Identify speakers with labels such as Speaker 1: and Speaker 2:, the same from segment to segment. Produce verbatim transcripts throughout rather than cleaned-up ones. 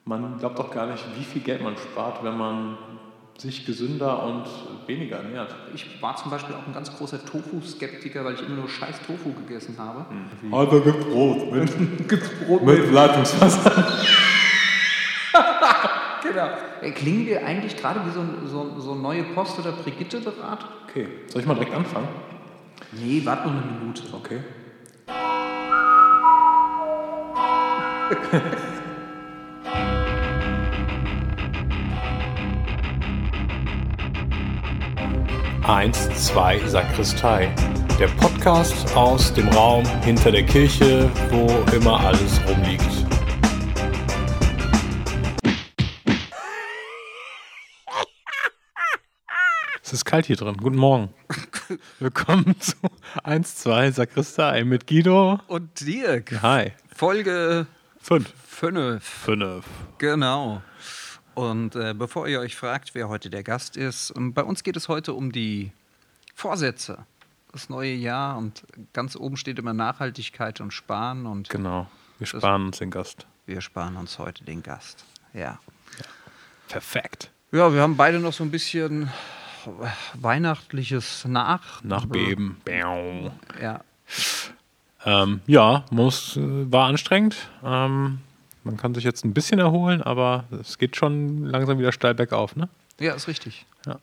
Speaker 1: Man glaubt doch gar nicht, wie viel Geld man spart, wenn man sich gesünder und weniger ernährt.
Speaker 2: Ich war zum Beispiel auch ein ganz großer Tofu-Skeptiker, weil ich immer nur scheiß Tofu gegessen habe.
Speaker 1: Mhm. Heute gibt Brot mit,
Speaker 2: gibt's Brot
Speaker 1: mit,
Speaker 2: mit
Speaker 1: Leitungswasser.
Speaker 2: Genau. Klingen wir eigentlich gerade wie so ein so, so neue Post- oder Brigitte-Berater?
Speaker 1: Okay, soll ich mal direkt anfangen?
Speaker 2: Nee, warte noch eine Minute.
Speaker 1: Okay. Eins, zwei, Sakristei. Der Podcast aus dem Raum hinter der Kirche, wo immer alles rumliegt. Es ist kalt hier drin. Guten Morgen. Willkommen zu eins, zwei, Sakristei mit Guido
Speaker 2: und Dirk.
Speaker 1: Hi.
Speaker 2: Folge
Speaker 1: fünf.
Speaker 2: Fünf.
Speaker 1: Fünf.
Speaker 2: Genau. Und äh, bevor ihr euch fragt, wer heute der Gast ist, bei uns geht es heute um die Vorsätze. Das neue Jahr und ganz oben steht immer Nachhaltigkeit und Sparen. Und
Speaker 1: genau, wir sparen uns den Gast.
Speaker 2: Wir sparen uns heute den Gast, ja. ja.
Speaker 1: Perfekt.
Speaker 2: Ja, wir haben beide noch so ein bisschen weihnachtliches Nach...
Speaker 1: Nachbeben.
Speaker 2: Ja.
Speaker 1: Ähm, ja, muss, war anstrengend. Ähm, man kann sich jetzt ein bisschen erholen, aber es geht schon langsam wieder steil bergauf, ne?
Speaker 2: Ja, ist richtig.
Speaker 1: Ja,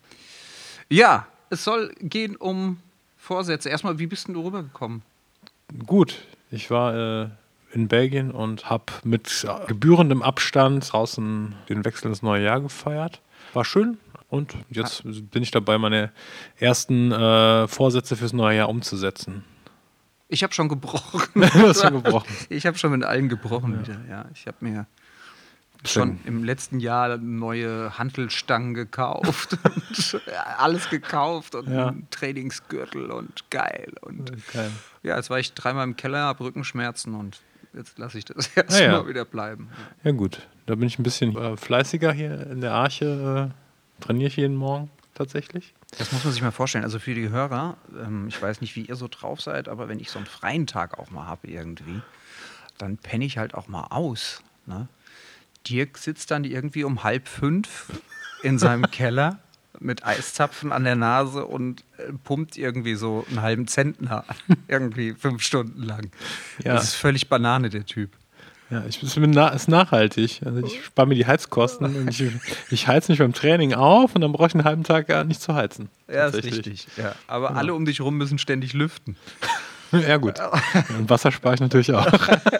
Speaker 2: ja es soll gehen um Vorsätze. Erstmal, wie bist denn du rübergekommen?
Speaker 1: Gut, ich war äh, in Belgien und habe mit gebührendem Abstand draußen den Wechsel ins neue Jahr gefeiert. War schön und jetzt ah. bin ich dabei, meine ersten äh, Vorsätze fürs neue Jahr umzusetzen.
Speaker 2: Ich habe schon gebrochen.
Speaker 1: Du hast schon gebrochen.
Speaker 2: Ich habe schon mit allen gebrochen ja. wieder. Ja, ich habe mir schon im letzten Jahr neue Hantelstangen gekauft und alles gekauft und ja. einen Trainingsgürtel und geil. Und
Speaker 1: geil.
Speaker 2: Ja, jetzt war ich dreimal im Keller, habe Rückenschmerzen und jetzt lasse ich das erstmal
Speaker 1: ja, ja.
Speaker 2: wieder bleiben.
Speaker 1: Ja. ja gut, da bin ich ein bisschen äh, fleißiger hier in der Arche. Äh, trainiere ich jeden Morgen tatsächlich.
Speaker 2: Das muss man sich mal vorstellen. Also für die Hörer, ähm, ich weiß nicht, wie ihr so drauf seid, aber wenn ich so einen freien Tag auch mal habe irgendwie, dann penne ich halt auch mal aus. Ne? Dirk sitzt dann irgendwie um halb fünf in seinem Keller mit Eiszapfen an der Nase und äh, pumpt irgendwie so einen halben Zentner irgendwie fünf Stunden lang. Ja. Das ist völlig Banane, der Typ.
Speaker 1: Ja, ich bin na, ist nachhaltig. Also ich spare mir die Heizkosten und ich, ich heize mich beim Training auf und dann brauche ich einen halben Tag gar nicht zu heizen.
Speaker 2: Ja, ist richtig. Ja. Aber genau. Alle um dich rum müssen ständig lüften.
Speaker 1: Ja gut. Und Wasser spare ich natürlich auch.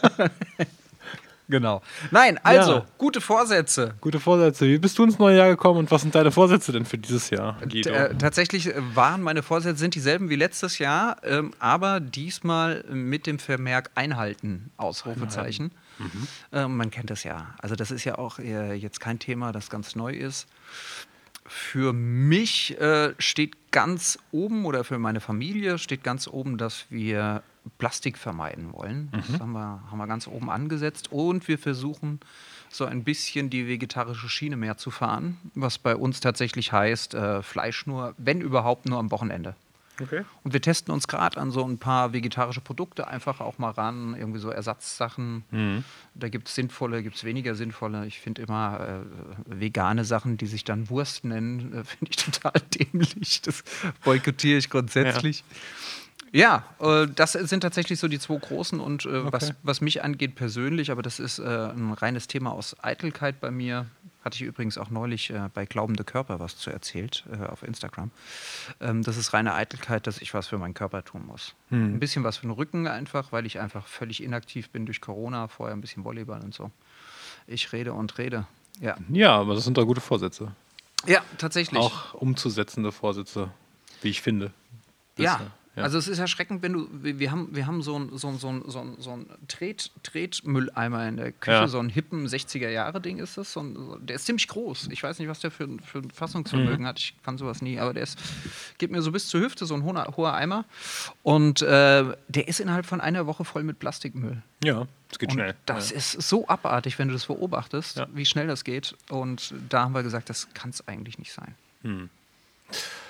Speaker 2: Genau. Nein, also,
Speaker 1: ja.
Speaker 2: gute Vorsätze.
Speaker 1: Gute Vorsätze. Wie bist du ins neue Jahr gekommen und was sind deine Vorsätze denn für dieses Jahr, Guido?
Speaker 2: T- äh, tatsächlich waren meine Vorsätze sind dieselben wie letztes Jahr, ähm, aber diesmal mit dem Vermerk Einhalten, Ausrufezeichen. Mhm. Ähm, man kennt das ja. Also das ist ja auch äh, jetzt kein Thema, das ganz neu ist. Für mich äh, steht ganz oben oder für meine Familie steht ganz oben, dass wir Plastik vermeiden wollen. Mhm. Das haben wir, haben wir ganz oben angesetzt. Und wir versuchen so ein bisschen die vegetarische Schiene mehr zu fahren, was bei uns tatsächlich heißt, äh, Fleisch nur, wenn überhaupt, nur am Wochenende.
Speaker 1: Okay.
Speaker 2: Und wir testen uns gerade an so ein paar vegetarische Produkte einfach auch mal ran, irgendwie so Ersatzsachen. Mhm. Da gibt es sinnvolle, gibt es weniger sinnvolle. Ich finde immer äh, vegane Sachen, die sich dann Wurst nennen, äh, finde ich total dämlich. Das boykottiere ich grundsätzlich. Ja, ja äh, das sind tatsächlich so die zwei großen. Und äh, okay. was, was mich angeht persönlich, aber das ist äh, ein reines Thema aus Eitelkeit bei mir. Hatte ich übrigens auch neulich äh, bei Glaubende Körper was zu erzählt äh, auf Instagram. Ähm, das ist reine Eitelkeit, dass ich was für meinen Körper tun muss. Hm. Ein bisschen was für den Rücken einfach, weil ich einfach völlig inaktiv bin durch Corona, vorher ein bisschen Volleyball und so. Ich rede und rede. Ja,
Speaker 1: ja, aber das sind doch gute Vorsätze.
Speaker 2: Ja, tatsächlich.
Speaker 1: Auch umzusetzende Vorsätze, wie ich finde.
Speaker 2: Ja. Ja. Also es ist erschreckend, wenn du, wir haben, wir haben so einen so ein, so ein, so ein, so ein Tret, Tretmülleimer in der Küche, ja. So ein hippen sechziger-Jahre-Ding ist das. So ein, der ist ziemlich groß. Ich weiß nicht, was der für, für ein Fassungsvermögen mhm. hat. Ich kann sowas nie. Aber der ist, geht mir so bis zur Hüfte, so ein hoher, hoher Eimer. Und äh, der ist innerhalb von einer Woche voll mit Plastikmüll.
Speaker 1: Ja, das geht
Speaker 2: und
Speaker 1: schnell.
Speaker 2: Das
Speaker 1: ja.
Speaker 2: ist so abartig, wenn du das beobachtest, ja. wie schnell das geht. Und da haben wir gesagt, das kann es eigentlich nicht sein.
Speaker 1: Hm.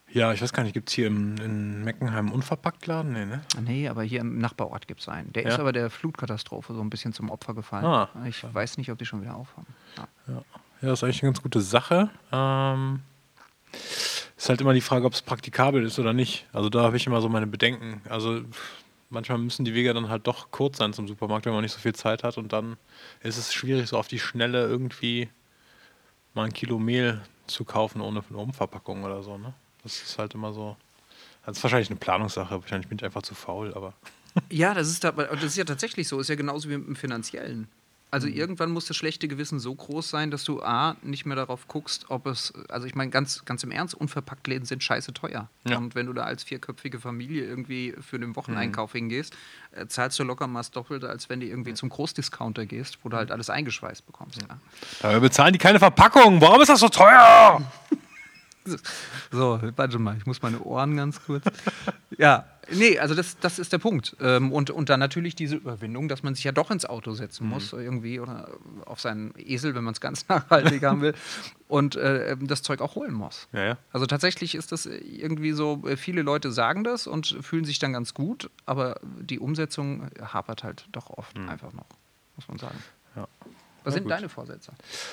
Speaker 1: Ja, ich weiß gar nicht, gibt es hier im, in Meckenheim einen Unverpacktladen? Nee, ne?
Speaker 2: Nee, aber hier im Nachbarort gibt es einen. Der
Speaker 1: Ja?
Speaker 2: ist aber der Flutkatastrophe so ein bisschen zum Opfer gefallen.
Speaker 1: Ah.
Speaker 2: Ich weiß nicht, ob die schon wieder aufhaben. Ja.
Speaker 1: Ja. ja, das ist eigentlich eine ganz gute Sache. Ähm, ist halt immer die Frage, ob es praktikabel ist oder nicht. Also da habe ich immer so meine Bedenken. Also manchmal müssen die Wege dann halt doch kurz sein zum Supermarkt, wenn man nicht so viel Zeit hat. Und dann ist es schwierig, so auf die Schnelle irgendwie mal ein Kilo Mehl zu kaufen ohne eine Umverpackung oder so. Ne? Das ist halt immer so. Das ist wahrscheinlich eine Planungssache. Wahrscheinlich bin ich einfach zu faul, aber.
Speaker 2: Ja, das ist, da, das ist ja tatsächlich so. Ist ja genauso wie mit dem Finanziellen. Also
Speaker 1: Mhm.
Speaker 2: irgendwann muss das schlechte Gewissen so groß sein, dass du A, nicht mehr darauf guckst, ob es, also ich meine, ganz, ganz im Ernst, Unverpacktläden sind scheiße teuer.
Speaker 1: Ja.
Speaker 2: Und wenn du da als vierköpfige Familie irgendwie für den Wocheneinkauf mhm. hingehst, äh, zahlst du locker mal das Doppelte, als wenn du irgendwie zum Großdiscounter gehst, wo du halt alles eingeschweißt bekommst. Ja.
Speaker 1: Aber bezahlen die keine Verpackung. Warum ist das so teuer?
Speaker 2: So, warte mal, ich muss meine Ohren ganz kurz. Ja, nee, also das, das ist der Punkt. Ähm, und, und dann natürlich diese Überwindung, dass man sich ja doch ins Auto setzen mhm. muss, irgendwie, oder auf seinen Esel, wenn man es ganz nachhaltig haben will, und äh, das Zeug auch holen muss.
Speaker 1: Ja, ja.
Speaker 2: Also tatsächlich ist das irgendwie so, viele Leute sagen das und fühlen sich dann ganz gut, aber die Umsetzung hapert halt doch oft mhm. einfach noch, muss man sagen.
Speaker 1: Ja.
Speaker 2: Was
Speaker 1: ja,
Speaker 2: sind
Speaker 1: gut.
Speaker 2: deine Vorsätze?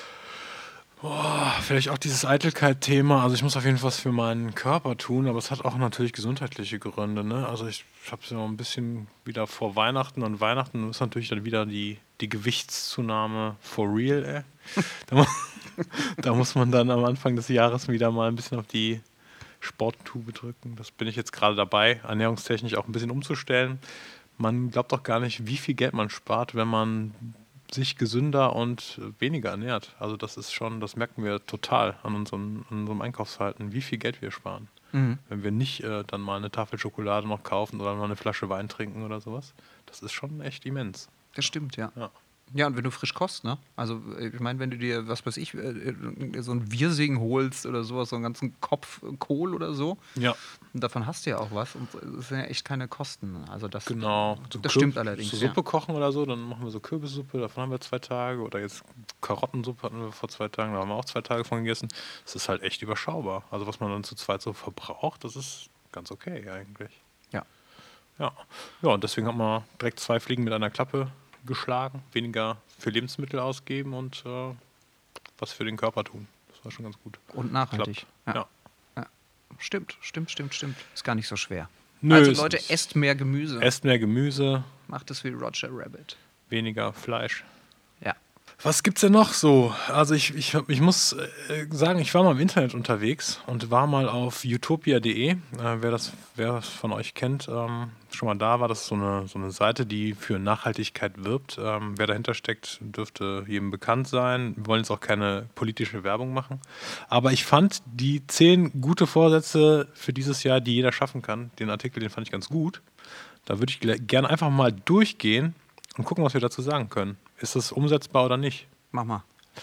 Speaker 1: Boah, vielleicht auch dieses Eitelkeit-Thema. Also ich muss auf jeden Fall was für meinen Körper tun, aber es hat auch natürlich gesundheitliche Gründe. Ne? Also ich habe es ja noch ein bisschen wieder vor Weihnachten und Weihnachten ist natürlich dann wieder die, die Gewichtszunahme for real. Ey. Da, mu- da muss man dann am Anfang des Jahres wieder mal ein bisschen auf die Sporttube drücken. Das bin ich jetzt gerade dabei, ernährungstechnisch auch ein bisschen umzustellen. Man glaubt doch gar nicht, wie viel Geld man spart, wenn man sich gesünder und weniger ernährt. Also das ist schon, das merken wir total an unserem, an unserem Einkaufsverhalten, wie viel Geld wir sparen. Mhm. Wenn wir nicht äh, dann mal eine Tafel Schokolade noch kaufen oder mal eine Flasche Wein trinken oder sowas. Das ist schon echt immens.
Speaker 2: Das stimmt, ja.
Speaker 1: Ja.
Speaker 2: Ja, und wenn du frisch kochst, ne? Also, ich meine, wenn du dir, was weiß ich, so ein Wirsing holst oder sowas, so einen ganzen Kopf Kohl oder so,
Speaker 1: ja.
Speaker 2: Und davon hast du ja auch was und es sind ja echt keine Kosten. Also das,
Speaker 1: genau.
Speaker 2: So das Kürb- stimmt allerdings.
Speaker 1: So Suppe ja. kochen oder so, dann machen wir so Kürbissuppe, davon haben wir zwei Tage. Oder jetzt Karottensuppe hatten wir vor zwei Tagen, da haben wir auch zwei Tage von gegessen. Das ist halt echt überschaubar. Also was man dann zu zweit so verbraucht, das ist ganz okay eigentlich.
Speaker 2: Ja.
Speaker 1: Ja, ja und deswegen haben wir direkt zwei Fliegen mit einer Klappe geschlagen, weniger für Lebensmittel ausgeben und äh, was für den Körper tun. Das war schon ganz gut.
Speaker 2: Und nachhaltig.
Speaker 1: Ja.
Speaker 2: Ja. ja. Stimmt, stimmt, stimmt, stimmt. Ist gar nicht so schwer.
Speaker 1: Nö,
Speaker 2: also Leute, esst mehr Gemüse.
Speaker 1: Esst mehr Gemüse.
Speaker 2: Macht es wie Roger Rabbit.
Speaker 1: Weniger Fleisch.
Speaker 2: Ja.
Speaker 1: Was gibt's denn noch so? Also ich, ich, ich muss äh, sagen, ich war mal im Internet unterwegs und war mal auf utopia punkt de. Äh, wer das wer das von euch kennt, ähm, schon mal da war, das ist so eine, so eine Seite, die für Nachhaltigkeit wirbt. Ähm, wer dahinter steckt, dürfte jedem bekannt sein. Wir wollen jetzt auch keine politische Werbung machen. Aber ich fand die zehn gute Vorsätze für dieses Jahr, die jeder schaffen kann, den Artikel, den fand ich ganz gut. Da würde ich gl- gerne einfach mal durchgehen und gucken, was wir dazu sagen können. Ist das umsetzbar oder nicht?
Speaker 2: Mach mal.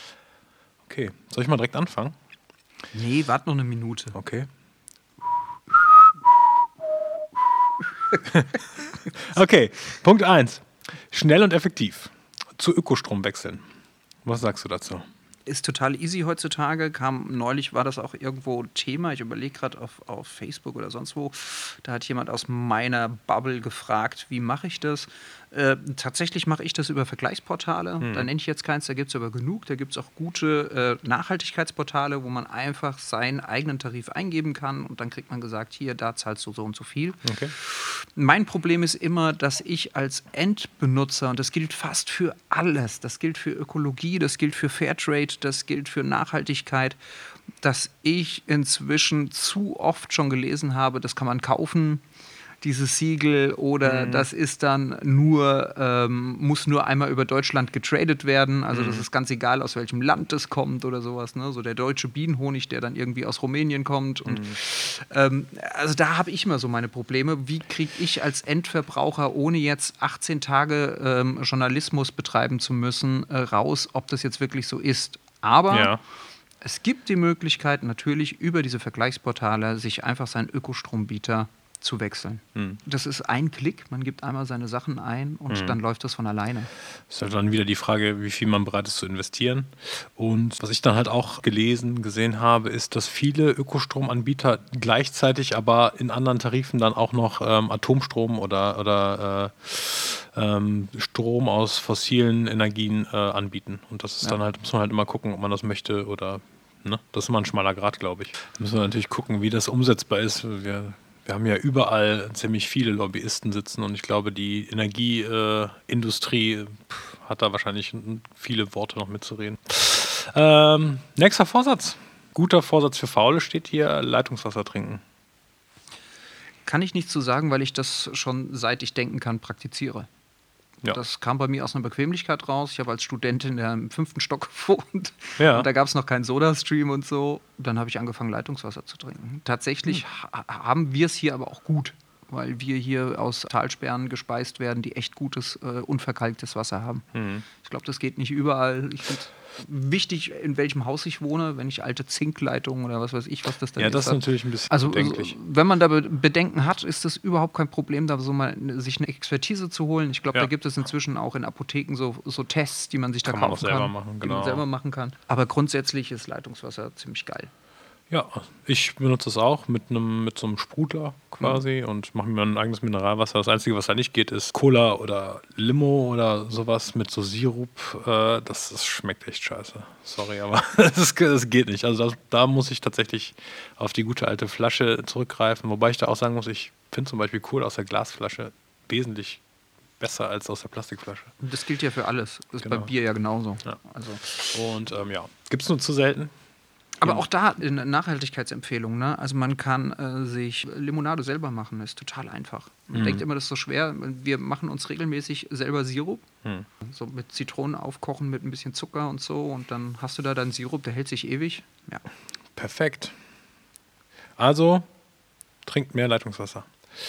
Speaker 1: Okay, soll ich mal direkt anfangen?
Speaker 2: Nee, warte noch eine Minute.
Speaker 1: Okay. Okay, Punkt eins. Schnell und effektiv zu Ökostrom wechseln. Was sagst du dazu?
Speaker 2: Ist total easy heutzutage. Kam neulich, war das auch irgendwo Thema. Ich überlege gerade auf, auf Facebook oder sonst wo. Da hat jemand aus meiner Bubble gefragt, wie mache ich das? Äh, tatsächlich mache ich das über Vergleichsportale. Hm. Da nenne ich jetzt keins, da gibt es aber genug. Da gibt es auch gute äh, Nachhaltigkeitsportale, wo man einfach seinen eigenen Tarif eingeben kann und dann kriegt man gesagt, hier, da zahlst du so und so viel.
Speaker 1: Okay.
Speaker 2: Mein Problem ist immer, dass ich als Endbenutzer, und das gilt fast für alles, das gilt für Ökologie, das gilt für Fairtrade, das gilt für Nachhaltigkeit, dass ich inzwischen zu oft schon gelesen habe, das kann man kaufen, dieses Siegel, oder mhm. das ist dann nur, ähm, muss nur einmal über Deutschland getradet werden. Also mhm. das ist ganz egal, aus welchem Land das kommt oder sowas. Ne? So der deutsche Bienenhonig, der dann irgendwie aus Rumänien kommt. Und, mhm. ähm, also da habe ich immer so meine Probleme. Wie kriege ich als Endverbraucher, ohne jetzt achtzehn Tage ähm, Journalismus betreiben zu müssen, äh, raus, ob das jetzt wirklich so ist? Aber ja. Es gibt die Möglichkeit, natürlich über diese Vergleichsportale sich einfach seinen Ökostrombieter zu wechseln.
Speaker 1: Hm.
Speaker 2: Das ist ein Klick, man gibt einmal seine Sachen ein und
Speaker 1: Hm.
Speaker 2: dann läuft das von alleine.
Speaker 1: Das ist halt dann wieder die Frage, wie viel man bereit ist zu investieren. Und was ich dann halt auch gelesen, gesehen habe, ist, dass viele Ökostromanbieter gleichzeitig aber in anderen Tarifen dann auch noch ähm, Atomstrom oder, oder äh, ähm, Strom aus fossilen Energien äh, anbieten. Und das ist
Speaker 2: Ja.
Speaker 1: dann halt, muss man halt immer gucken, ob man das möchte oder, ne? Das ist immer ein schmaler Grat, glaube ich. Da müssen wir natürlich gucken, wie das umsetzbar ist. Wir Wir haben ja überall ziemlich viele Lobbyisten sitzen und ich glaube, die Energieindustrie äh, hat da wahrscheinlich viele Worte noch mitzureden. Ähm, nächster Vorsatz. Guter Vorsatz für Faule steht hier: Leitungswasser trinken.
Speaker 2: Kann ich nichts zu sagen, weil ich das schon seit ich denken kann praktiziere.
Speaker 1: Ja.
Speaker 2: Das kam bei mir aus einer Bequemlichkeit raus. Ich habe als Studentin ja im fünften Stock gewohnt.
Speaker 1: Ja.
Speaker 2: Und da gab es noch keinen Sodastream und so. Dann habe ich angefangen, Leitungswasser zu trinken. Tatsächlich ha haben wir es hier aber auch gut, weil wir hier aus Talsperren gespeist werden, die echt gutes, äh, unverkalktes Wasser haben.
Speaker 1: Mhm.
Speaker 2: Ich glaube, das geht nicht überall. Ich finde wichtig, in welchem Haus ich wohne, wenn ich alte Zinkleitungen oder was weiß ich, was das dann
Speaker 1: Ja,
Speaker 2: ist.
Speaker 1: das ist natürlich ein bisschen
Speaker 2: Also,
Speaker 1: bedenklich.
Speaker 2: wenn man da Be Bedenken hat, ist das überhaupt kein Problem, da so mal sich eine Expertise zu holen. Ich glaube,
Speaker 1: Ja.
Speaker 2: da gibt es inzwischen auch in Apotheken so, so Tests, die man sich da
Speaker 1: Kann man
Speaker 2: kaufen
Speaker 1: auch selber
Speaker 2: kann,
Speaker 1: machen,
Speaker 2: die
Speaker 1: genau.
Speaker 2: man selber machen kann. Aber grundsätzlich ist Leitungswasser ziemlich geil.
Speaker 1: Ja, ich benutze es auch mit einem mit so einem Sprudler quasi
Speaker 2: Mhm.
Speaker 1: und mache mir ein eigenes Mineralwasser. Das Einzige, was da nicht geht, ist Cola oder Limo oder sowas mit so Sirup. Äh, das, das schmeckt echt scheiße. Sorry, aber das, das geht nicht. Also das, da muss ich tatsächlich auf die gute alte Flasche zurückgreifen. Wobei ich da auch sagen muss, ich finde zum Beispiel Cola aus der Glasflasche wesentlich besser als aus der Plastikflasche.
Speaker 2: Und das gilt ja für alles. Das ist
Speaker 1: Genau.
Speaker 2: bei Bier ja genauso.
Speaker 1: Ja.
Speaker 2: Also.
Speaker 1: Und ähm, ja, gibt es nur zu selten.
Speaker 2: Aber auch da eine Nachhaltigkeitsempfehlung. Ne? Also man kann äh, sich Limonade selber machen, ist total einfach. Man
Speaker 1: Mhm.
Speaker 2: denkt immer, das ist so schwer. Wir machen uns regelmäßig selber Sirup.
Speaker 1: Hm.
Speaker 2: So mit Zitronen aufkochen, mit ein bisschen Zucker und so. Und dann hast du da deinen Sirup, der hält sich ewig. Ja.
Speaker 1: Perfekt. Also, trinkt mehr Leitungswasser.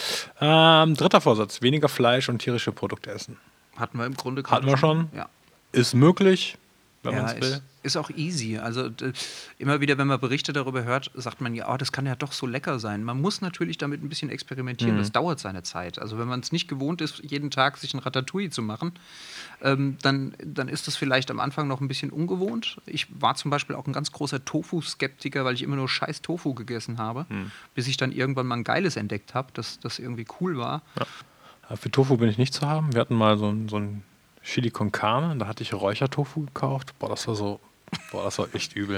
Speaker 1: Ähm, dritter Vorsatz: weniger Fleisch und tierische Produkte essen.
Speaker 2: Hatten wir im Grunde
Speaker 1: Hatten wir schon.
Speaker 2: Ja.
Speaker 1: Ist möglich, wenn
Speaker 2: Ja,
Speaker 1: man es will.
Speaker 2: ist, ist auch easy. Also d- immer wieder, wenn man Berichte darüber hört, sagt man ja, oh, das kann ja doch so lecker sein. Man muss natürlich damit ein bisschen experimentieren.
Speaker 1: Mhm.
Speaker 2: Das dauert seine Zeit. Also wenn man es nicht gewohnt ist, jeden Tag sich ein Ratatouille zu machen, ähm, dann, dann ist das vielleicht am Anfang noch ein bisschen ungewohnt. Ich war zum Beispiel auch ein ganz großer Tofu-Skeptiker, weil ich immer nur scheiß Tofu gegessen habe,
Speaker 1: Mhm.
Speaker 2: bis ich dann irgendwann mal ein geiles entdeckt habe, das, das irgendwie cool war.
Speaker 1: Ja, für Tofu bin ich nicht zu haben. Wir hatten mal so ein, so ein Chili con Carne, da hatte ich Räuchertofu gekauft. Boah, das war so, boah, das war echt übel.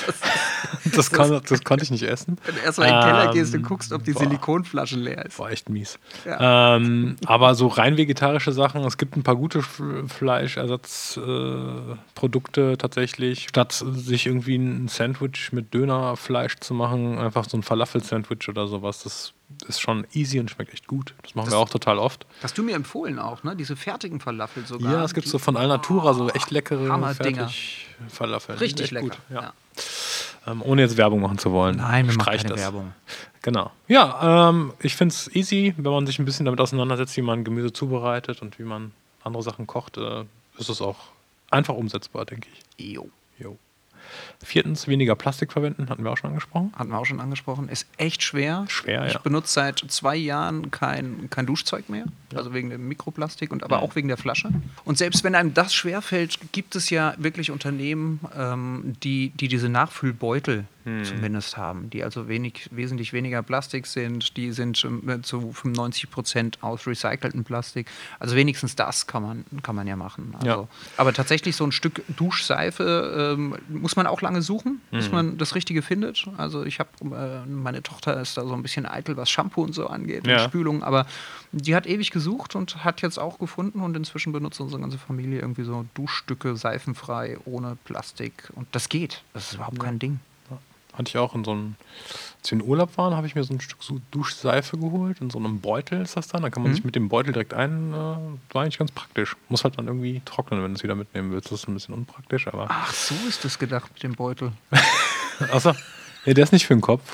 Speaker 1: das, kann, das konnte ich nicht essen.
Speaker 2: Wenn du erst mal in den Keller
Speaker 1: Ähm,
Speaker 2: gehst und guckst, ob die
Speaker 1: boah.
Speaker 2: Silikonflasche leer ist.
Speaker 1: War echt mies.
Speaker 2: Ja.
Speaker 1: Ähm, aber so rein vegetarische Sachen, es gibt ein paar gute F- Fleischersatzprodukte äh, Produkte tatsächlich. Statt sich irgendwie ein Sandwich mit Dönerfleisch zu machen, einfach so ein Falafel-Sandwich oder sowas, das ist schon easy und schmeckt echt gut. Das machen
Speaker 2: Das-
Speaker 1: wir auch total oft.
Speaker 2: Hast du mir empfohlen auch, ne? Diese fertigen Falafel sogar.
Speaker 1: Ja, es gibt
Speaker 2: Die-
Speaker 1: so von Alnatura so echt leckere
Speaker 2: Hammerdinger.
Speaker 1: Falafel.
Speaker 2: Richtig
Speaker 1: echt
Speaker 2: lecker.
Speaker 1: Gut. Ja.
Speaker 2: Ja.
Speaker 1: Ähm, ohne jetzt Werbung machen zu wollen.
Speaker 2: Nein, wir machen
Speaker 1: Streich
Speaker 2: keine
Speaker 1: das.
Speaker 2: Werbung.
Speaker 1: Genau. Ja, ähm, ich finde es easy, wenn man sich ein bisschen damit auseinandersetzt, wie man Gemüse zubereitet und wie man andere Sachen kocht, äh, ist es auch einfach umsetzbar, denke ich.
Speaker 2: Jo.
Speaker 1: Jo. Viertens, weniger Plastik verwenden, hatten wir auch schon angesprochen.
Speaker 2: Hatten wir auch schon angesprochen. Ist echt schwer.
Speaker 1: Schwer,
Speaker 2: Ich
Speaker 1: ja.
Speaker 2: benutze seit zwei Jahren kein, kein Duschzeug mehr. Also wegen dem Mikroplastik und aber
Speaker 1: Mhm.
Speaker 2: auch wegen der Flasche. Und selbst wenn einem das schwerfällt, gibt es ja wirklich Unternehmen, ähm, die, die diese Nachfüllbeutel
Speaker 1: Mhm.
Speaker 2: zumindest haben, die also wenig, wesentlich weniger Plastik sind. Die sind ähm, zu fünfundneunzig Prozent aus recyceltem Plastik. Also wenigstens das kann man, kann man ja machen. Also,
Speaker 1: Ja.
Speaker 2: Aber tatsächlich so ein Stück Duschseife ähm, muss man auch lange suchen, bis
Speaker 1: Mhm.
Speaker 2: man das Richtige findet. Also ich habe, äh, meine Tochter ist da so ein bisschen eitel, was Shampoo und so angeht,
Speaker 1: Ja.
Speaker 2: und Spülung, aber die hat ewig gesucht und hat jetzt auch gefunden und inzwischen benutzt unsere ganze Familie irgendwie so Duschstücke, seifenfrei, ohne Plastik und das geht. Das ist überhaupt kein Ding.
Speaker 1: Hatte ich auch in so einem, als wir in Urlaub waren, habe ich mir so ein Stück so Duschseife geholt. In so einem Beutel ist das dann. Da kann man
Speaker 2: Mhm.
Speaker 1: sich mit dem Beutel direkt ein. Äh, war eigentlich ganz praktisch. Muss halt dann irgendwie trocknen, wenn du es wieder mitnehmen willst. Das ist ein bisschen unpraktisch, aber.
Speaker 2: Ach, so ist das gedacht mit dem Beutel.
Speaker 1: Achso. Ja, der ist nicht für den Kopf.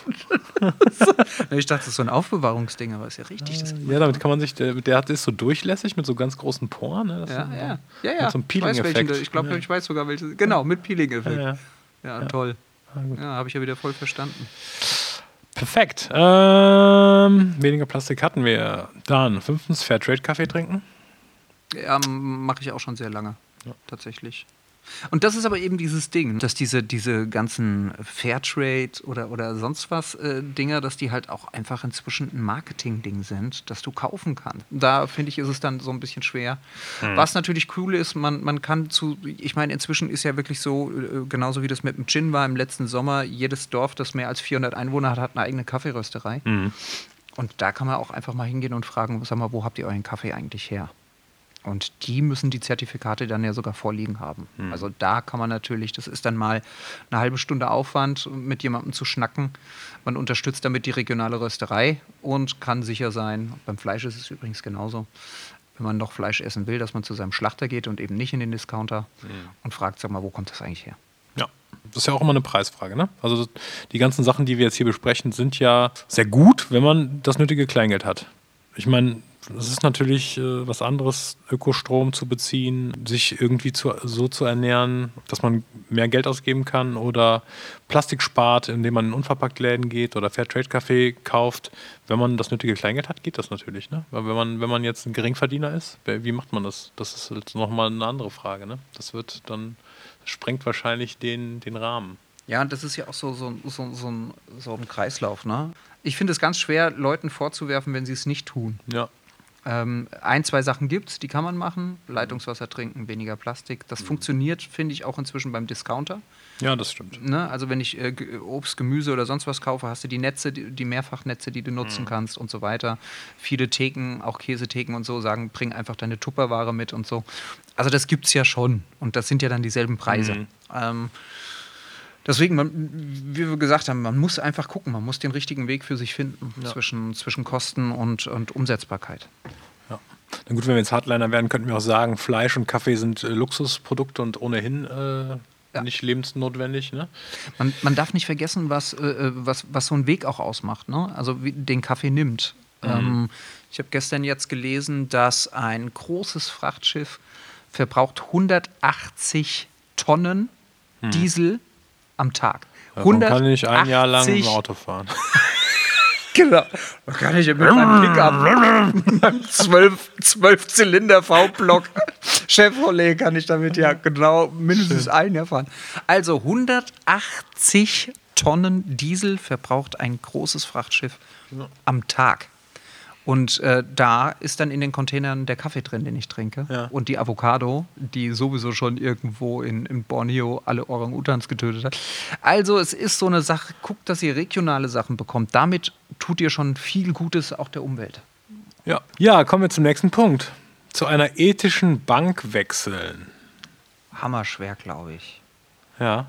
Speaker 2: Ich dachte, das ist so ein Aufbewahrungsding, aber ist ja richtig. Das
Speaker 1: Ja, damit kann man sich, der, der hat- ist so durchlässig mit so ganz großen Poren. Ne? Das
Speaker 2: ja,
Speaker 1: ist so,
Speaker 2: ja, ja, ja.
Speaker 1: Mit so einem
Speaker 2: Ich weiß, welchen
Speaker 1: Peeling-Effekt.
Speaker 2: du- Ich glaube,
Speaker 1: Ja.
Speaker 2: ich weiß sogar welche. Genau, mit Peeling-Effekt.
Speaker 1: Ja,
Speaker 2: Ja,
Speaker 1: ja.
Speaker 2: toll.
Speaker 1: Ja, gut.
Speaker 2: Ja, habe ich ja wieder voll verstanden.
Speaker 1: Perfekt. Ähm, weniger Plastik hatten wir. Dann fünftens, Fairtrade-Kaffee trinken.
Speaker 2: Ja, mache ich auch schon sehr lange, ja. Tatsächlich. Und das ist aber eben dieses Ding, dass diese, diese ganzen Fairtrade oder, oder sonst was äh, Dinger, dass die halt auch einfach inzwischen ein Marketing-Ding sind, das du kaufen kannst. Da finde ich, ist es dann so ein bisschen schwer. Mhm. Was natürlich cool ist, man, man kann zu, ich meine, inzwischen ist ja wirklich so, äh, genauso wie das mit dem Gin war im letzten Sommer, jedes Dorf, das mehr als vierhundert Einwohner hat, hat eine eigene Kaffeerösterei. Mhm. Und da kann man auch einfach mal hingehen und fragen, sag mal, wo habt ihr euren Kaffee eigentlich her? Und die müssen die Zertifikate dann ja sogar vorliegen haben. Hm. Also da kann man natürlich, das ist dann mal eine halbe Stunde Aufwand, mit jemandem zu schnacken. Man unterstützt damit die regionale Rösterei und kann sicher sein, beim Fleisch ist es übrigens genauso, wenn man noch Fleisch essen will, dass man zu seinem Schlachter geht und eben nicht in den Discounter hm. und fragt, sag mal, wo kommt das eigentlich her?
Speaker 1: Ja, das ist ja auch immer eine Preisfrage, ne? Also die ganzen Sachen, die wir jetzt hier besprechen, sind ja sehr gut, wenn man das nötige Kleingeld hat. Ich meine, es ist natürlich äh, was anderes, Ökostrom zu beziehen, sich irgendwie zu, so zu ernähren, dass man mehr Geld ausgeben kann oder Plastik spart, indem man in Unverpacktläden geht oder Fairtrade-Kaffee kauft. Wenn man das nötige Kleingeld hat, geht das natürlich, ne? Weil wenn man, wenn man jetzt ein Geringverdiener ist, wie macht man das? Das ist jetzt nochmal eine andere Frage, ne? Das wird dann, das sprengt wahrscheinlich den, den Rahmen.
Speaker 2: Ja, und das ist ja auch so, so, so, so, ein, so ein Kreislauf, ne? Ich finde es ganz schwer, Leuten vorzuwerfen, wenn sie es nicht tun.
Speaker 1: Ja.
Speaker 2: Ähm, ein, zwei Sachen gibt es, die kann man machen. Leitungswasser trinken, weniger Plastik. Das mhm. funktioniert, finde ich, auch inzwischen beim Discounter.
Speaker 1: Ja, das stimmt.
Speaker 2: Ne? Also wenn ich äh, Obst, Gemüse oder sonst was kaufe, hast du die Netze, die, die Mehrfachnetze, die du nutzen mhm. kannst und so weiter. Viele Theken, auch Käsetheken und so, sagen, bring einfach deine Tupperware mit und so. Also das gibt es ja schon. Und das sind ja dann dieselben Preise. Mhm. Ähm, Deswegen, man, wie wir gesagt haben, man muss einfach gucken, man muss den richtigen Weg für sich finden ja. zwischen, zwischen Kosten und, und Umsetzbarkeit.
Speaker 1: Ja. Na gut, wenn wir jetzt Hardliner werden, könnten wir auch sagen, Fleisch und Kaffee sind äh, Luxusprodukte und ohnehin äh, ja. nicht lebensnotwendig. Ne?
Speaker 2: Man, man darf nicht vergessen, was, äh, was, was so ein Weg auch ausmacht, ne? Also wie den Kaffee nimmt. Mhm. Ähm, ich habe gestern jetzt gelesen, dass ein großes Frachtschiff verbraucht hundertachtzig Tonnen mhm. Diesel am Tag.
Speaker 1: Davon kann ich ein Jahr lang im Auto fahren.
Speaker 2: Genau. Da kann ich mit meinem Pickup, meinem zwölf Zylinder V-Block Chevrolet kann ich damit ja genau mindestens Schön. ein Jahr fahren. Also hundertachtzig Tonnen Diesel verbraucht ein großes Frachtschiff ja. am Tag. Und äh, da ist dann in den Containern der Kaffee drin, den ich trinke. Ja. Und die Avocado, die sowieso schon irgendwo in, in Borneo alle Orang-Utans getötet hat. Also es ist so eine Sache, guckt, dass ihr regionale Sachen bekommt. Damit tut ihr schon viel Gutes auch der Umwelt.
Speaker 1: Ja, ja, kommen wir zum nächsten Punkt. Zu einer ethischen Bank wechseln.
Speaker 2: Hammerschwer, glaube ich.
Speaker 1: Ja.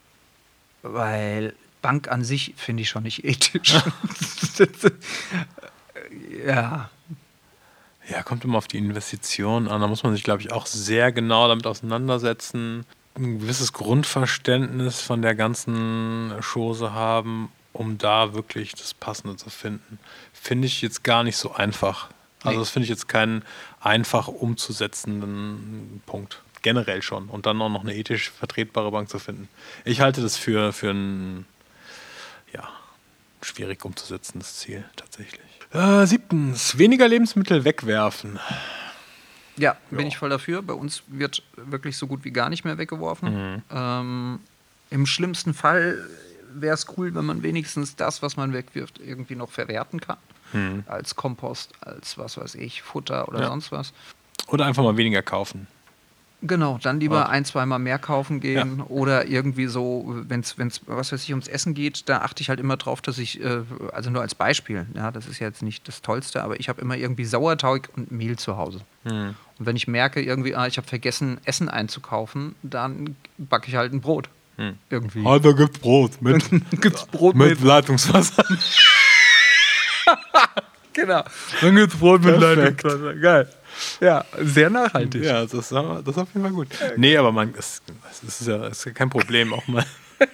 Speaker 2: Weil Bank an sich finde ich schon nicht ethisch. Ja.
Speaker 1: Ja, kommt immer auf die Investition an. Da muss man sich, glaube ich, auch sehr genau damit auseinandersetzen. Ein gewisses Grundverständnis von der ganzen Chose haben, um da wirklich das Passende zu finden. Finde ich jetzt gar nicht so einfach. Also das finde ich jetzt keinen einfach umzusetzenden Punkt. Generell schon. Und dann auch noch eine ethisch vertretbare Bank zu finden. Ich halte das für, für ein ja, schwierig umzusetzendes Ziel tatsächlich. Äh, siebtens, weniger Lebensmittel wegwerfen.
Speaker 2: Ja, bin ja. ich voll dafür. Bei uns wird wirklich so gut wie gar nicht mehr weggeworfen. Mhm. Ähm, im schlimmsten Fall wäre es cool, wenn man wenigstens das, was man wegwirft, irgendwie noch verwerten kann. Mhm. Als Kompost, als was weiß ich, Futter oder ja. sonst was.
Speaker 1: Oder einfach mal weniger kaufen.
Speaker 2: Genau, dann lieber ja. ein, zweimal mehr kaufen gehen ja. oder irgendwie so, wenn es, was weiß ich, ums Essen geht, da achte ich halt immer drauf, dass ich, äh, also nur als Beispiel, ja, das ist ja jetzt nicht das Tollste, aber ich habe immer irgendwie Sauerteig und Mehl zu Hause. Mhm. Und wenn ich merke, irgendwie, ah, ich habe vergessen, Essen einzukaufen, dann backe ich halt ein Brot. Mhm. Irgendwie.
Speaker 1: Ah, da gibt's Brot. Mit,
Speaker 2: gibt's Brot
Speaker 1: mit, mit Leitungswasser.
Speaker 2: Genau.
Speaker 1: Dann gibt's Brot mit Perfekt. Leitungswasser. Geil.
Speaker 2: Ja, sehr nachhaltig.
Speaker 1: Ja, das ist, das ist auf jeden Fall gut. Nee, aber man, es, es ist ja ist kein Problem, auch mal.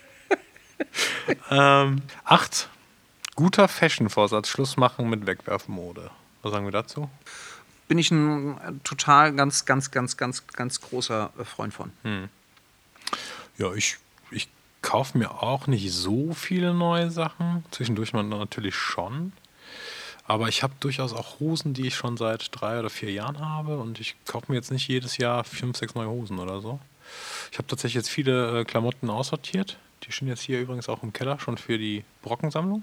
Speaker 1: ähm, acht. Guter Fashion-Vorsatz. Schluss machen mit Wegwerfmode. Was sagen wir dazu?
Speaker 2: Bin ich ein total ganz, ganz, ganz, ganz, ganz großer Freund von.
Speaker 1: Hm. Ja, ich, ich kaufe mir auch nicht so viele neue Sachen. Zwischendurch mal natürlich schon. Aber ich habe durchaus auch Hosen, die ich schon seit drei oder vier Jahren habe. Und ich kaufe mir jetzt nicht jedes Jahr fünf, sechs neue Hosen oder so. Ich habe tatsächlich jetzt viele äh, Klamotten aussortiert. Die stehen jetzt hier übrigens auch im Keller, schon für die Brockensammlung.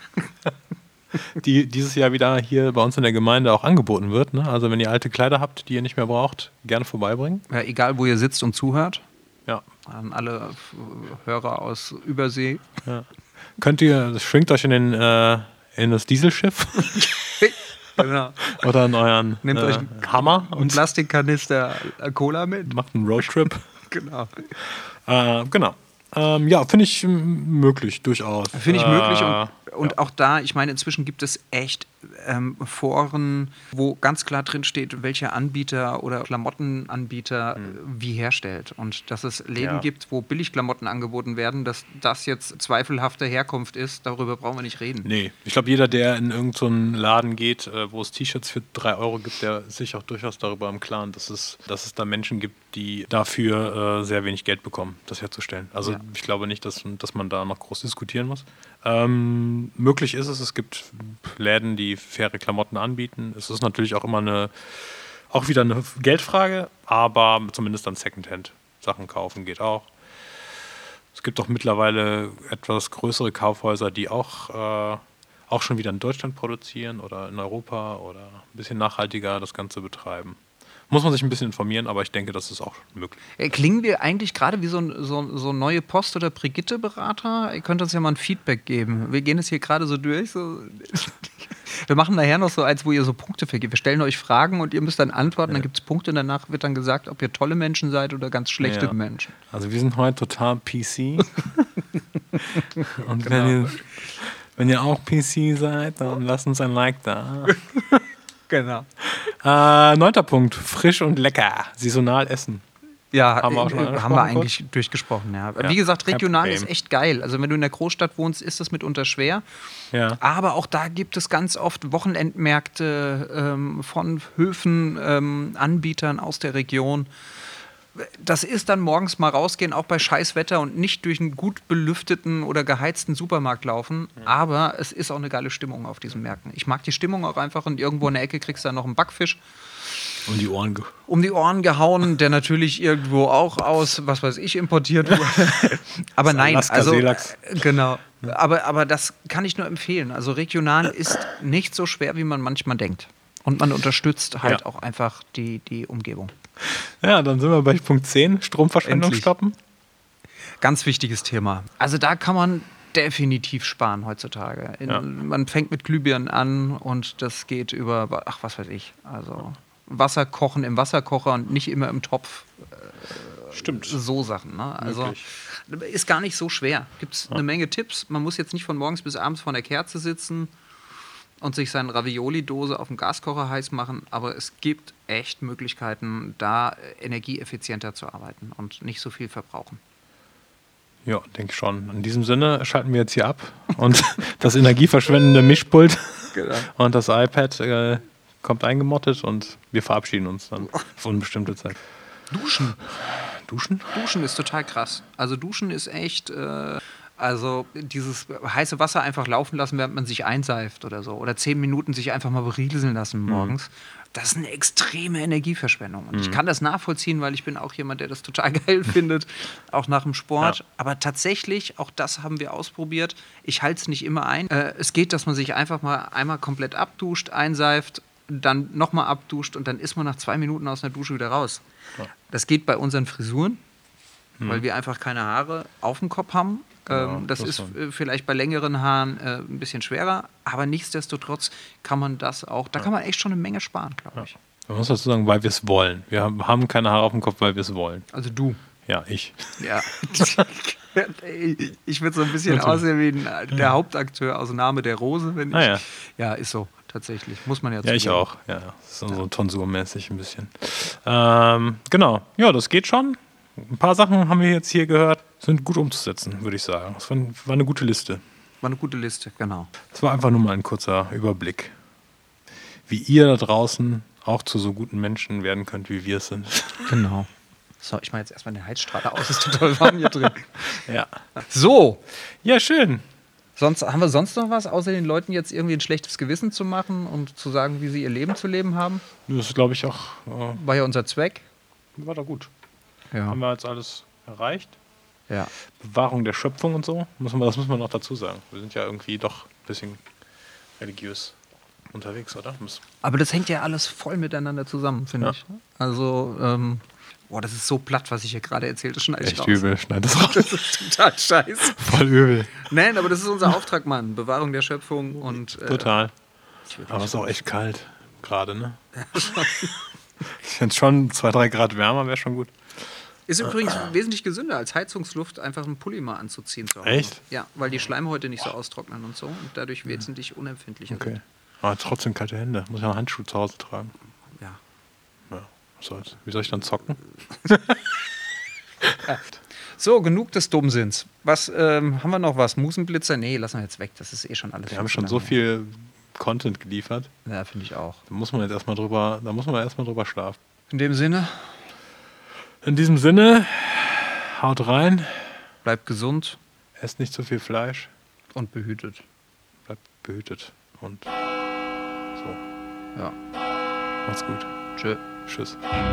Speaker 1: Die dieses Jahr wieder hier bei uns in der Gemeinde auch angeboten wird. Ne? Also wenn ihr alte Kleider habt, die ihr nicht mehr braucht, gerne vorbeibringen.
Speaker 2: Ja, egal, wo ihr sitzt und zuhört.
Speaker 1: Ja.
Speaker 2: An alle Hörer aus Übersee.
Speaker 1: Ja. Könnt ihr, schwingt euch in, den, äh, in das Dieselschiff.
Speaker 2: Genau.
Speaker 1: Oder in euren
Speaker 2: Nehmt
Speaker 1: äh,
Speaker 2: euch
Speaker 1: Hammer
Speaker 2: und Plastikkanister Cola mit.
Speaker 1: Macht einen Roadtrip.
Speaker 2: Genau.
Speaker 1: Äh, genau. Ähm, ja, finde ich m- möglich, durchaus.
Speaker 2: Finde ich
Speaker 1: äh,
Speaker 2: möglich und, und
Speaker 1: ja.
Speaker 2: auch da, ich meine, inzwischen gibt es echt ähm, Foren, wo ganz klar drin steht, welcher Anbieter oder Klamottenanbieter
Speaker 1: Mhm.
Speaker 2: wie herstellt. Und dass es Läden
Speaker 1: Ja.
Speaker 2: gibt, wo Billigklamotten angeboten werden, dass das jetzt zweifelhafte Herkunft ist, darüber brauchen wir nicht reden.
Speaker 1: Nee, ich glaube, jeder, der in irgendeinen so Laden geht, äh, wo es T-Shirts für drei Euro gibt, der ist sich auch durchaus darüber im Klaren, dass es, dass es da Menschen gibt, die dafür äh, sehr wenig Geld bekommen, das herzustellen. Also
Speaker 2: Ja.
Speaker 1: ich glaube nicht, dass, dass man da noch groß diskutieren muss. Ähm, möglich ist es, es gibt Läden, die faire Klamotten anbieten. Es ist natürlich auch immer eine, auch wieder eine Geldfrage, aber zumindest dann Secondhand-Sachen kaufen geht auch. Es gibt auch mittlerweile etwas größere Kaufhäuser, die auch, äh, auch schon wieder in Deutschland produzieren oder in Europa oder ein bisschen nachhaltiger das Ganze betreiben. Muss man sich ein bisschen informieren, aber ich denke, das ist auch möglich.
Speaker 2: Äh, Klingen wir eigentlich gerade wie so, ein- so, so neue Post- oder Brigitte-Berater? Ihr könnt uns ja mal ein Feedback geben. Wir gehen es hier gerade so durch. So. Wir machen nachher noch so eins, wo ihr so Punkte vergebt. Wir stellen euch Fragen und ihr müsst dann antworten. Dann gibt es Punkte und danach wird dann gesagt, ob ihr tolle Menschen seid oder ganz schlechte
Speaker 1: Ja.
Speaker 2: Menschen.
Speaker 1: Also wir sind heute total P C. Und
Speaker 2: Genau.
Speaker 1: wenn, ihr, wenn ihr auch P C seid, dann lasst uns ein Like da.
Speaker 2: Genau.
Speaker 1: Äh, neunter Punkt, frisch und lecker, saisonal essen.
Speaker 2: Ja,
Speaker 1: Haben wir auch schon
Speaker 2: äh,
Speaker 1: angesprochen
Speaker 2: haben wir
Speaker 1: kurz?
Speaker 2: eigentlich durchgesprochen. Ja.
Speaker 1: Ja,
Speaker 2: Wie gesagt,
Speaker 1: kein
Speaker 2: regional
Speaker 1: Problem.
Speaker 2: ist echt geil. Also wenn du in der Großstadt wohnst, ist das mitunter schwer.
Speaker 1: Ja.
Speaker 2: Aber auch da gibt es ganz oft Wochenendmärkte ähm, von Höfen, ähm, Anbietern aus der Region. Das ist dann morgens mal rausgehen, auch bei Scheißwetter und nicht durch einen gut belüfteten oder geheizten Supermarkt laufen. Aber es ist auch eine geile Stimmung auf diesen Märkten. Ich mag die Stimmung auch einfach und irgendwo in der Ecke kriegst du dann noch einen Backfisch
Speaker 1: Um die Ohren. Ge-
Speaker 2: um die Ohren gehauen, der natürlich irgendwo auch aus, was weiß ich, importiert wurde. Aber nein,
Speaker 1: Alaska
Speaker 2: also
Speaker 1: Seelachs.
Speaker 2: äh, genau. Aber, aber das kann ich nur empfehlen. Also regional ist nicht so schwer, wie man manchmal denkt. Und man unterstützt halt
Speaker 1: Ja.
Speaker 2: auch einfach die, die Umgebung.
Speaker 1: Ja, dann sind wir bei Punkt zehn, Stromverschwendung
Speaker 2: Endlich.
Speaker 1: stoppen.
Speaker 2: Ganz wichtiges Thema. Also da kann man definitiv sparen heutzutage. In,
Speaker 1: Ja.
Speaker 2: Man fängt mit Glühbirnen an und das geht über, ach was weiß ich, also Wasser kochen im Wasserkocher und nicht immer im Topf.
Speaker 1: Stimmt.
Speaker 2: So Sachen. Ne? Also
Speaker 1: Möglich.
Speaker 2: ist gar nicht so schwer. Gibt es eine Menge Tipps. Man muss jetzt nicht von morgens bis abends vor der Kerze sitzen und sich seine Ravioli-Dose auf dem Gaskocher heiß machen, aber es gibt echt Möglichkeiten, da energieeffizienter zu arbeiten und nicht so viel verbrauchen.
Speaker 1: Ja, denke schon. In diesem Sinne schalten wir jetzt hier ab und das energieverschwendende Mischpult
Speaker 2: Genau.
Speaker 1: und das iPad äh, kommt eingemottet und wir verabschieden uns dann auf unbestimmte Zeit.
Speaker 2: Duschen.
Speaker 1: Duschen?
Speaker 2: Duschen ist total krass. Also Duschen ist echt, äh, also dieses heiße Wasser einfach laufen lassen, während man sich einseift oder so. Oder zehn Minuten sich einfach mal berieseln lassen morgens. Das ist eine extreme Energieverschwendung. Und ich kann das nachvollziehen, weil ich bin auch jemand, der das total geil findet, auch nach dem Sport.
Speaker 1: Ja.
Speaker 2: Aber tatsächlich, auch das haben wir ausprobiert. Ich halte es nicht immer ein. Äh, es geht, dass man sich einfach mal einmal komplett abduscht, einseift, dann nochmal abduscht und dann ist man nach zwei Minuten aus der Dusche wieder raus.
Speaker 1: Ja.
Speaker 2: Das geht bei unseren Frisuren, weil wir einfach keine Haare auf dem Kopf haben.
Speaker 1: Genau,
Speaker 2: ähm, das
Speaker 1: das
Speaker 2: ist
Speaker 1: schon.
Speaker 2: äh, vielleicht bei längeren Haaren äh, ein bisschen schwerer, aber nichtsdestotrotz kann man das auch, da kann man echt schon eine Menge sparen, glaube ich.
Speaker 1: Man muss dazu sagen, weil wir es wollen. Wir haben- haben keine Haare auf dem Kopf, weil wir es wollen.
Speaker 2: Also du.
Speaker 1: Ja, ich.
Speaker 2: Ja. Ich würde so ein bisschen
Speaker 1: Natürlich.
Speaker 2: aussehen wie ein, der Hauptakteur aus Name der Rose, wenn ich.
Speaker 1: Ah, ja.
Speaker 2: Ja, ist so, tatsächlich. Muss man ja
Speaker 1: Ja, ich
Speaker 2: zugeben.
Speaker 1: auch. Ja, das ist so so tonsurmäßig ein bisschen. Ähm, genau. Ja, das geht schon. Ein paar Sachen haben wir jetzt hier gehört, sind gut umzusetzen, würde ich sagen. Das war, war eine gute Liste.
Speaker 2: War eine gute Liste, genau.
Speaker 1: Das war einfach nur mal ein kurzer Überblick, wie ihr da draußen auch zu so guten Menschen werden könnt, wie wir es sind.
Speaker 2: Genau. So, ich mache jetzt erstmal den Heizstrahler aus, ist total warm hier drin.
Speaker 1: Ja.
Speaker 2: So.
Speaker 1: Ja, schön.
Speaker 2: Sonst, haben wir sonst noch was, außer den Leuten jetzt irgendwie ein schlechtes Gewissen zu machen und zu sagen, wie sie ihr Leben zu leben haben?
Speaker 1: Das ist, glaube ich, auch. Äh,
Speaker 2: War ja unser Zweck.
Speaker 1: war doch gut.
Speaker 2: Ja.
Speaker 1: Haben wir jetzt alles erreicht?
Speaker 2: Ja.
Speaker 1: Bewahrung der Schöpfung und so. Müssen wir, das muss man noch dazu sagen. Wir sind ja irgendwie doch ein bisschen religiös unterwegs, oder? Muss
Speaker 2: Aber das hängt ja alles voll miteinander zusammen, finde
Speaker 1: Ja.
Speaker 2: ich. Also, ähm, boah, das ist so platt, was ich hier gerade erzählt, das schneide ich
Speaker 1: echt
Speaker 2: raus.
Speaker 1: übel. Schneid das raus.
Speaker 2: Das ist total scheiße.
Speaker 1: Voll übel.
Speaker 2: Nein, aber das ist unser Auftrag, Mann. Bewahrung der Schöpfung und. Äh,
Speaker 1: Total. Aber es ist auch echt kalt gerade, ne? Ich finde schon zwei, drei Grad wärmer wäre schon gut.
Speaker 2: Ist übrigens wesentlich gesünder als Heizungsluft, einfach einen Pulli mal anzuziehen zu Hause.
Speaker 1: Echt?
Speaker 2: Ja, weil die Schleimhäute nicht so austrocknen und so und dadurch wesentlich unempfindlicher
Speaker 1: Okay.
Speaker 2: sind.
Speaker 1: Aber trotzdem kalte Hände. Muss ja einen Handschuh zu Hause tragen.
Speaker 2: Ja.
Speaker 1: Ja, was soll's. Wie soll ich dann zocken?
Speaker 2: So, genug des Dummsinns. Was, ähm, haben wir noch was? Musenblitzer? Nee, lassen wir jetzt weg. Das ist eh schon alles.
Speaker 1: Wir haben
Speaker 2: viel
Speaker 1: schon
Speaker 2: zu
Speaker 1: so
Speaker 2: lange.
Speaker 1: viel Content geliefert.
Speaker 2: Ja, finde ich auch.
Speaker 1: Da muss man jetzt erstmal drüber, da muss man erstmal drüber schlafen.
Speaker 2: In dem Sinne,
Speaker 1: In diesem Sinne, haut rein,
Speaker 2: bleibt gesund
Speaker 1: esst nicht zu viel Fleisch,
Speaker 2: und behütet.
Speaker 1: bleibt behütet und so.
Speaker 2: Ja.
Speaker 1: Macht's gut.
Speaker 2: Tschö.
Speaker 1: Tschüss.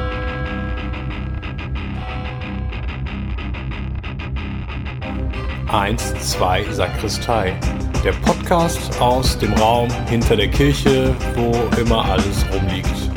Speaker 1: Eins, zwei, Sakristei. Der Podcast aus dem Raum hinter der Kirche, wo immer alles rumliegt.